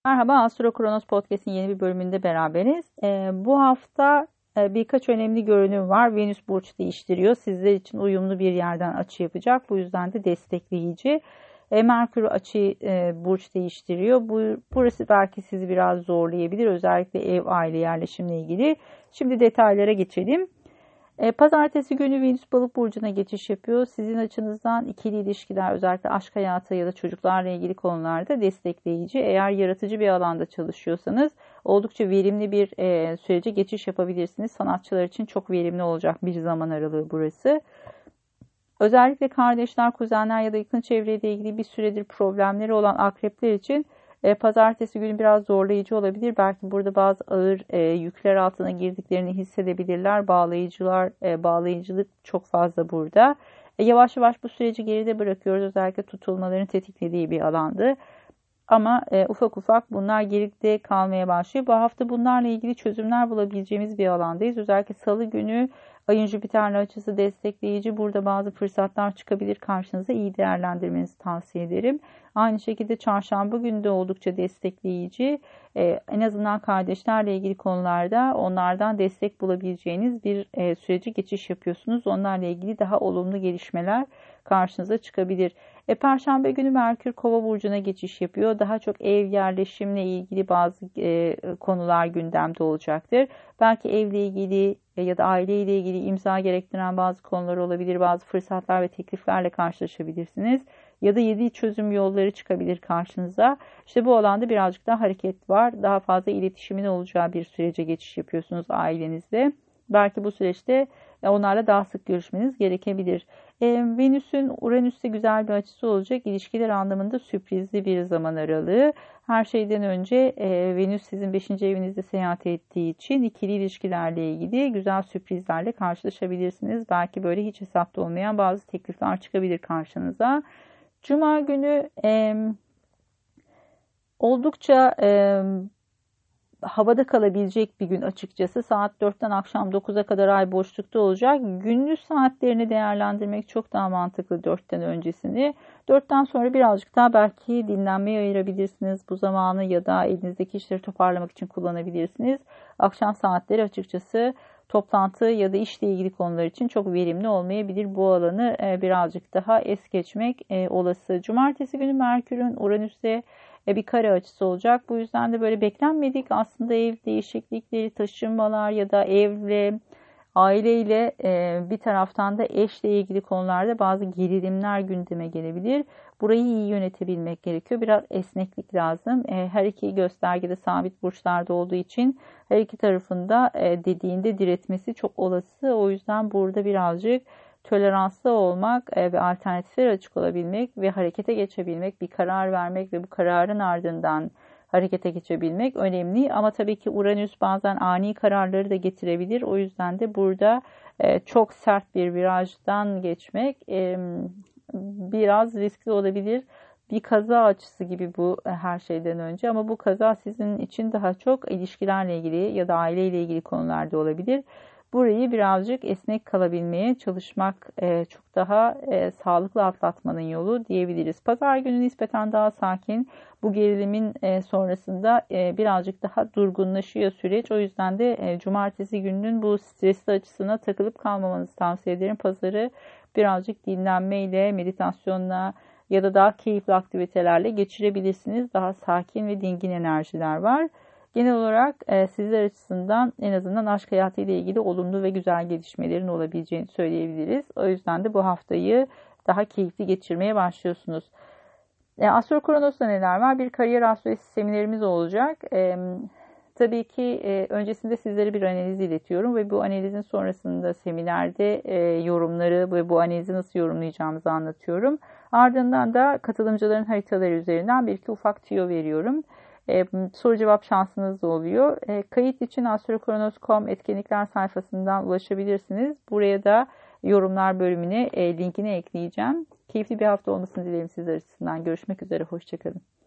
Merhaba, Astro Kronos Podcast'in yeni bir bölümünde beraberiz. Bu hafta birkaç önemli görünüm var. Venüs burç değiştiriyor. Sizler için uyumlu bir yerden açı yapacak. Bu yüzden de destekleyici. Merkür açı burç değiştiriyor. Burası belki sizi biraz zorlayabilir. Özellikle ev, aile, yerleşimle ilgili. Şimdi detaylara geçelim. Pazartesi günü Venüs Balık burcuna geçiş yapıyor. Sizin açınızdan ikili ilişkiler, özellikle aşk hayatı ya da çocuklarla ilgili konularda destekleyici. Eğer yaratıcı bir alanda çalışıyorsanız oldukça verimli bir sürece geçiş yapabilirsiniz. Sanatçılar için çok verimli olacak bir zaman aralığı burası. Özellikle kardeşler, kuzenler ya da yakın çevreyle ilgili bir süredir problemleri olan akrepler için pazartesi günü biraz zorlayıcı olabilir. Belki burada bazı ağır yükler altına girdiklerini hissedebilirler. Bağlayıcılık çok fazla burada. Yavaş yavaş bu süreci geride bırakıyoruz. Özellikle tutulmaların tetiklediği bir alandı. Ama ufak ufak bunlar geride kalmaya başlıyor. Bu hafta bunlarla ilgili çözümler bulabileceğimiz bir alandayız. Özellikle Salı günü Ayın Jüpiter'le açısı destekleyici. Burada bazı fırsatlar çıkabilir karşınıza. İyi değerlendirmenizi tavsiye ederim. Aynı şekilde Çarşamba günü de oldukça destekleyici. En azından kardeşlerle ilgili konularda onlardan destek bulabileceğiniz bir süreci geçiş yapıyorsunuz. Onlarla ilgili daha olumlu gelişmeler karşınıza çıkabilir. Perşembe günü Merkür Kova burcuna geçiş yapıyor. Daha çok ev yerleşimle ilgili bazı konular gündemde olacaktır. Belki evle ilgili ya da aileyle ilgili imza gerektiren bazı konular olabilir. Bazı fırsatlar ve tekliflerle karşılaşabilirsiniz. Ya da yeni çözüm yolları çıkabilir karşınıza. İşte bu alanda birazcık daha hareket var. Daha fazla iletişimin olacağı bir sürece geçiş yapıyorsunuz ailenizle. Belki bu süreçte onlarla daha sık görüşmeniz gerekebilir. Venüs'ün Uranüs'te güzel bir açısı olacak. İlişkiler anlamında sürprizli bir zaman aralığı. Her şeyden önce Venüs sizin 5. evinizde seyahat ettiği için ikili ilişkilerle ilgili güzel sürprizlerle karşılaşabilirsiniz. Belki böyle hiç hesapta olmayan bazı teklifler çıkabilir karşınıza. Cuma günü oldukça havada kalabilecek bir gün açıkçası. Saat 4'ten akşam 9'a kadar ay boşlukta olacak. Gündüz saatlerini değerlendirmek çok daha mantıklı 4'ten öncesini. 4'ten sonra birazcık daha belki dinlenmeye ayırabilirsiniz bu zamanı ya da elinizdeki işleri toparlamak için kullanabilirsiniz. Akşam saatleri açıkçası toplantı ya da işle ilgili konular için çok verimli olmayabilir. Bu alanı birazcık daha es geçmek olası. Cumartesi günü Merkür'ün Uranüs'te bir kare açısı olacak. Bu yüzden de böyle beklenmedik aslında ev değişiklikleri, taşınmalar ya da evle, aileyle bir taraftan da eşle ilgili konularda bazı gerilimler gündeme gelebilir. Burayı iyi yönetebilmek gerekiyor. Biraz esneklik lazım. Her iki göstergede sabit burçlarda olduğu için her iki tarafında dediğinde diretmesi çok olası. O yüzden burada birazcık toleranslı olmak ve alternatiflere açık olabilmek ve harekete geçebilmek, bir karar vermek ve bu kararın ardından harekete geçebilmek önemli. Ama tabii ki Uranüs bazen ani kararları da getirebilir. O yüzden de burada çok sert bir virajdan geçmek biraz riskli olabilir. Bir kaza açısı gibi bu her şeyden önce, ama bu kaza sizin için daha çok ilişkilerle ilgili ya da aileyle ilgili konularda olabilir. Burayı birazcık esnek kalabilmeye çalışmak çok daha sağlıklı atlatmanın yolu diyebiliriz. Pazar günü nispeten daha sakin. Bu gerilimin sonrasında birazcık daha durgunlaşıyor süreç. O yüzden de cumartesi gününün bu stresli açısına takılıp kalmamanızı tavsiye ederim. Pazarı birazcık dinlenmeyle, meditasyonla ya da daha keyifli aktivitelerle geçirebilirsiniz. Daha sakin ve dingin enerjiler var. Genel olarak sizler açısından en azından aşk hayatı ile ilgili olumlu ve güzel gelişmelerin olabileceğini söyleyebiliriz. O yüzden de bu haftayı daha keyifli geçirmeye başlıyorsunuz. Astro Kronos'ta neler var? Bir kariyer astrolojisi seminerimiz olacak. Tabii ki öncesinde sizlere bir analiz iletiyorum ve bu analizin sonrasında seminerde yorumları ve bu analizi nasıl yorumlayacağımızı anlatıyorum. Ardından da katılımcıların haritaları üzerinden bir iki ufak tüyo veriyorum. Soru cevap şansınız da oluyor. Kayıt için astrokronos.com etkinlikler sayfasından ulaşabilirsiniz. Buraya da yorumlar bölümüne linkini ekleyeceğim. Keyifli bir hafta olmasını dilerim sizler açısından. Görüşmek üzere, hoşçakalın.